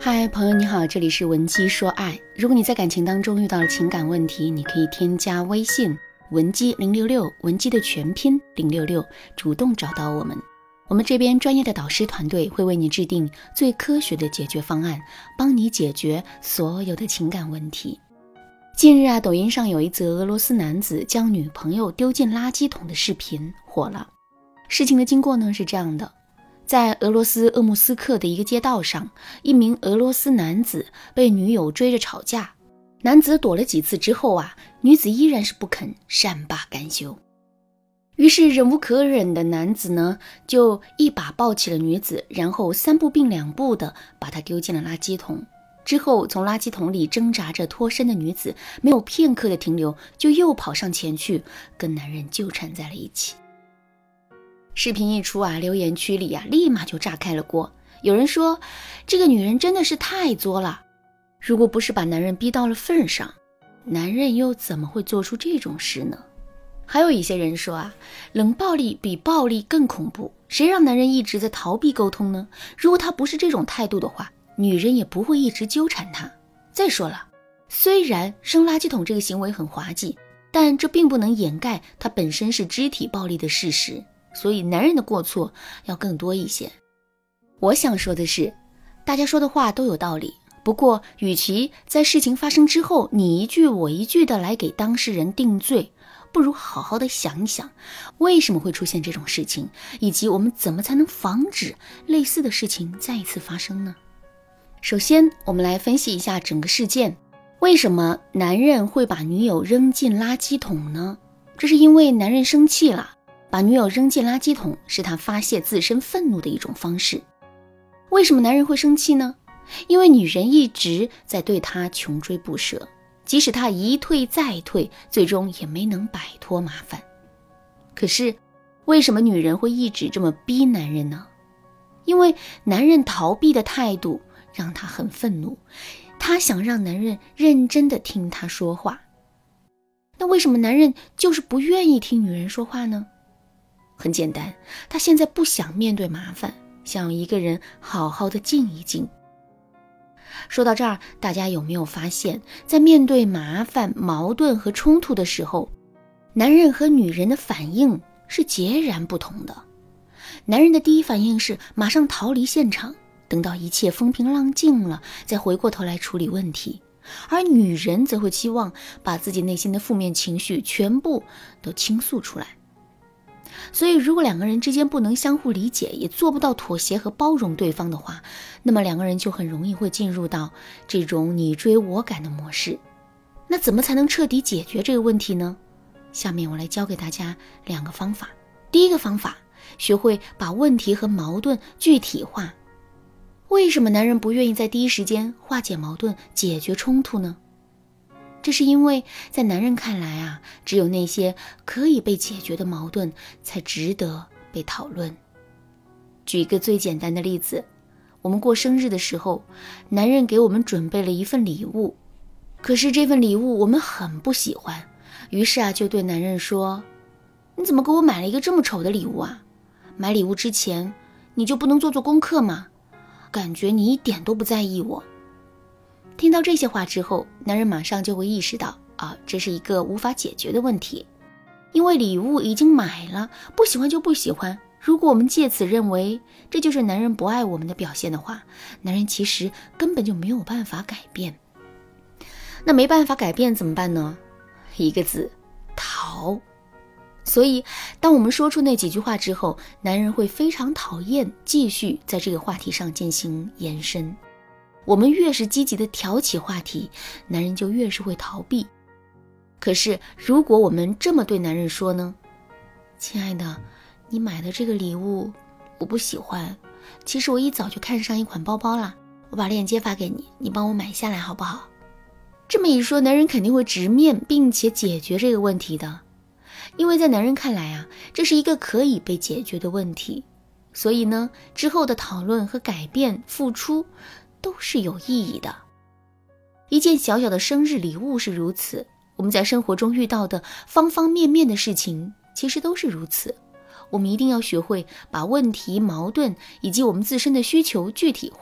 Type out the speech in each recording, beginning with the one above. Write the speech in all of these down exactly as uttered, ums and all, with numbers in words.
嗨，朋友你好，这里是文姬说爱。如果你在感情当中遇到了情感问题，你可以添加微信文姬零六六，文姬的全拼零六六，主动找到我们。我们这边专业的导师团队会为你制定最科学的解决方案，帮你解决所有的情感问题。近日啊，抖音上有一则俄罗斯男子将女朋友丢进垃圾桶的视频火了。事情的经过呢是这样的，在俄罗斯鄂木斯克的一个街道上，一名俄罗斯男子被女友追着吵架，男子躲了几次之后啊，女子依然是不肯善罢甘休。于是忍无可忍的男子呢，就一把抱起了女子，然后三步并两步的把她丢进了垃圾桶。之后从垃圾桶里挣扎着脱身的女子没有片刻的停留，就又跑上前去跟男人纠缠在了一起。视频一出啊，留言区里啊立马就炸开了锅。有人说这个女人真的是太作了，如果不是把男人逼到了份上，男人又怎么会做出这种事呢？还有一些人说啊，冷暴力比暴力更恐怖，谁让男人一直在逃避沟通呢？如果他不是这种态度的话，女人也不会一直纠缠他。再说了，虽然扔垃圾桶这个行为很滑稽，但这并不能掩盖它本身是肢体暴力的事实，所以男人的过错要更多一些。我想说的是，大家说的话都有道理，不过与其在事情发生之后你一句我一句的来给当事人定罪，不如好好的想一想为什么会出现这种事情，以及我们怎么才能防止类似的事情再一次发生呢？首先我们来分析一下整个事件。为什么男人会把女友扔进垃圾桶呢？这是因为男人生气了，把女友扔进垃圾桶是他发泄自身愤怒的一种方式。为什么男人会生气呢？因为女人一直在对他穷追不舍，即使他一退再退，最终也没能摆脱麻烦。可是为什么女人会一直这么逼男人呢？因为男人逃避的态度让她很愤怒，她想让男人认真的听她说话。那为什么男人就是不愿意听女人说话呢？很简单，他现在不想面对麻烦，想一个人好好的静一静。说到这儿，大家有没有发现，在面对麻烦、矛盾和冲突的时候，男人和女人的反应是截然不同的。男人的第一反应是马上逃离现场，等到一切风平浪静了，再回过头来处理问题。而女人则会期望把自己内心的负面情绪全部都倾诉出来。所以如果两个人之间不能相互理解，也做不到妥协和包容对方的话，那么两个人就很容易会进入到这种你追我赶的模式。那怎么才能彻底解决这个问题呢？下面我来教给大家两个方法。第一个方法，学会把问题和矛盾具体化。为什么男人不愿意在第一时间化解矛盾、解决冲突呢？这是因为在男人看来啊，只有那些可以被解决的矛盾才值得被讨论。举一个最简单的例子，我们过生日的时候，男人给我们准备了一份礼物，可是这份礼物我们很不喜欢，于是啊就对男人说，你怎么给我买了一个这么丑的礼物啊？买礼物之前你就不能做做功课吗？感觉你一点都不在意我。听到这些话之后，男人马上就会意识到啊，这是一个无法解决的问题。因为礼物已经买了，不喜欢就不喜欢。如果我们借此认为这就是男人不爱我们的表现的话，男人其实根本就没有办法改变。那没办法改变怎么办呢？一个字，逃。所以当我们说出那几句话之后，男人会非常讨厌继续在这个话题上进行延伸。我们越是积极的挑起话题，男人就越是会逃避。可是如果我们这么对男人说呢，亲爱的，你买的这个礼物我不喜欢，其实我一早就看上一款包包了，我把链接发给你，你帮我买下来好不好？这么一说，男人肯定会直面并且解决这个问题的。因为在男人看来啊，这是一个可以被解决的问题，所以呢，之后的讨论和改变、付出都是有意义的。一件小小的生日礼物是如此，我们在生活中遇到的方方面面的事情其实都是如此。我们一定要学会把问题、矛盾以及我们自身的需求具体化，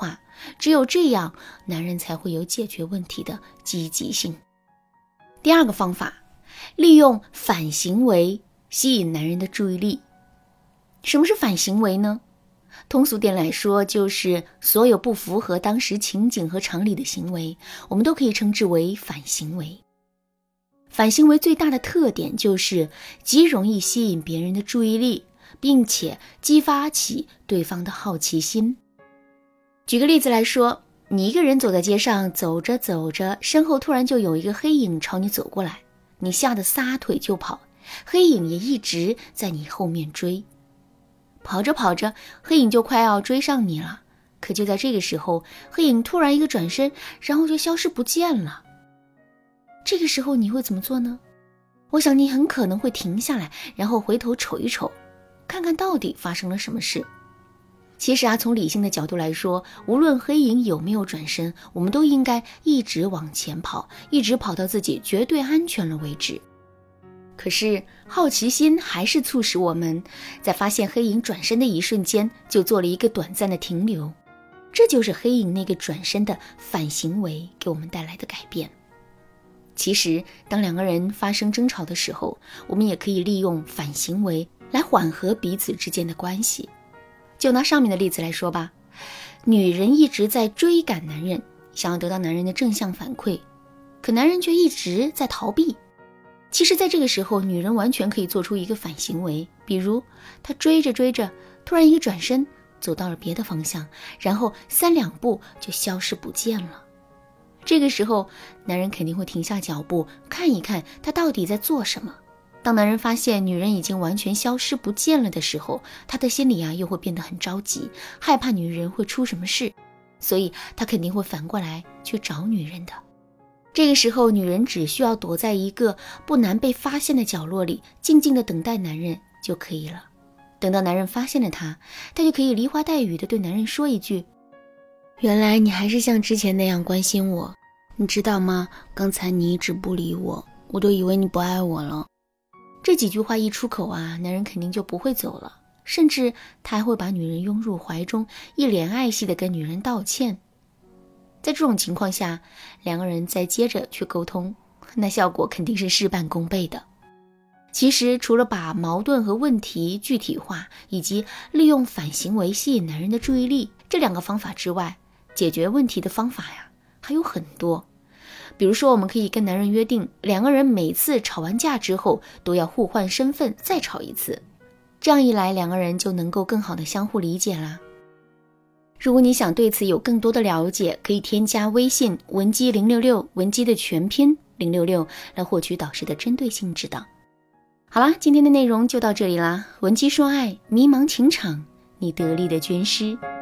只有这样，男人才会有解决问题的积极性。第二个方法，利用反行为吸引男人的注意力。什么是反行为呢？通俗点来说，就是所有不符合当时情景和常理的行为，我们都可以称之为反行为。反行为最大的特点就是极容易吸引别人的注意力，并且激发起对方的好奇心。举个例子来说，你一个人走在街上，走着走着，身后突然就有一个黑影朝你走过来，你吓得撒腿就跑，黑影也一直在你后面追。跑着跑着，黑影就快要追上你了，可就在这个时候，黑影突然一个转身，然后就消失不见了。这个时候你会怎么做呢？我想你很可能会停下来，然后回头瞅一瞅，看看到底发生了什么事。其实啊，从理性的角度来说，无论黑影有没有转身，我们都应该一直往前跑，一直跑到自己绝对安全了为止。可是好奇心还是促使我们在发现黑影转身的一瞬间就做了一个短暂的停留，这就是黑影那个转身的反行为给我们带来的改变。其实当两个人发生争吵的时候，我们也可以利用反行为来缓和彼此之间的关系。就拿上面的例子来说吧，女人一直在追赶男人，想要得到男人的正向反馈，可男人却一直在逃避。其实在这个时候，女人完全可以做出一个反行为，比如她追着追着，突然一个转身走到了别的方向，然后三两步就消失不见了。这个时候男人肯定会停下脚步，看一看她到底在做什么。当男人发现女人已经完全消失不见了的时候，他的心里啊又会变得很着急，害怕女人会出什么事，所以他肯定会反过来去找女人的。这个时候女人只需要躲在一个不难被发现的角落里，静静地等待男人就可以了。等到男人发现了她，她就可以梨花带雨地对男人说一句：原来你还是像之前那样关心我，你知道吗？刚才你一直不理我，我都以为你不爱我了。这几句话一出口啊，男人肯定就不会走了，甚至他还会把女人拥入怀中，一脸爱惜地跟女人道歉。在这种情况下，两个人再接着去沟通，那效果肯定是事半功倍的。其实除了把矛盾和问题具体化，以及利用反行为吸引男人的注意力这两个方法之外，解决问题的方法呀还有很多。比如说，我们可以跟男人约定，两个人每次吵完架之后都要互换身份再吵一次，这样一来两个人就能够更好的相互理解啦。如果你想对此有更多的了解，可以添加微信文姬零六六，文姬的全拼零六六，来获取导师的针对性指导。好啦，今天的内容就到这里啦。文姬说爱，迷茫情场，你得力的军师。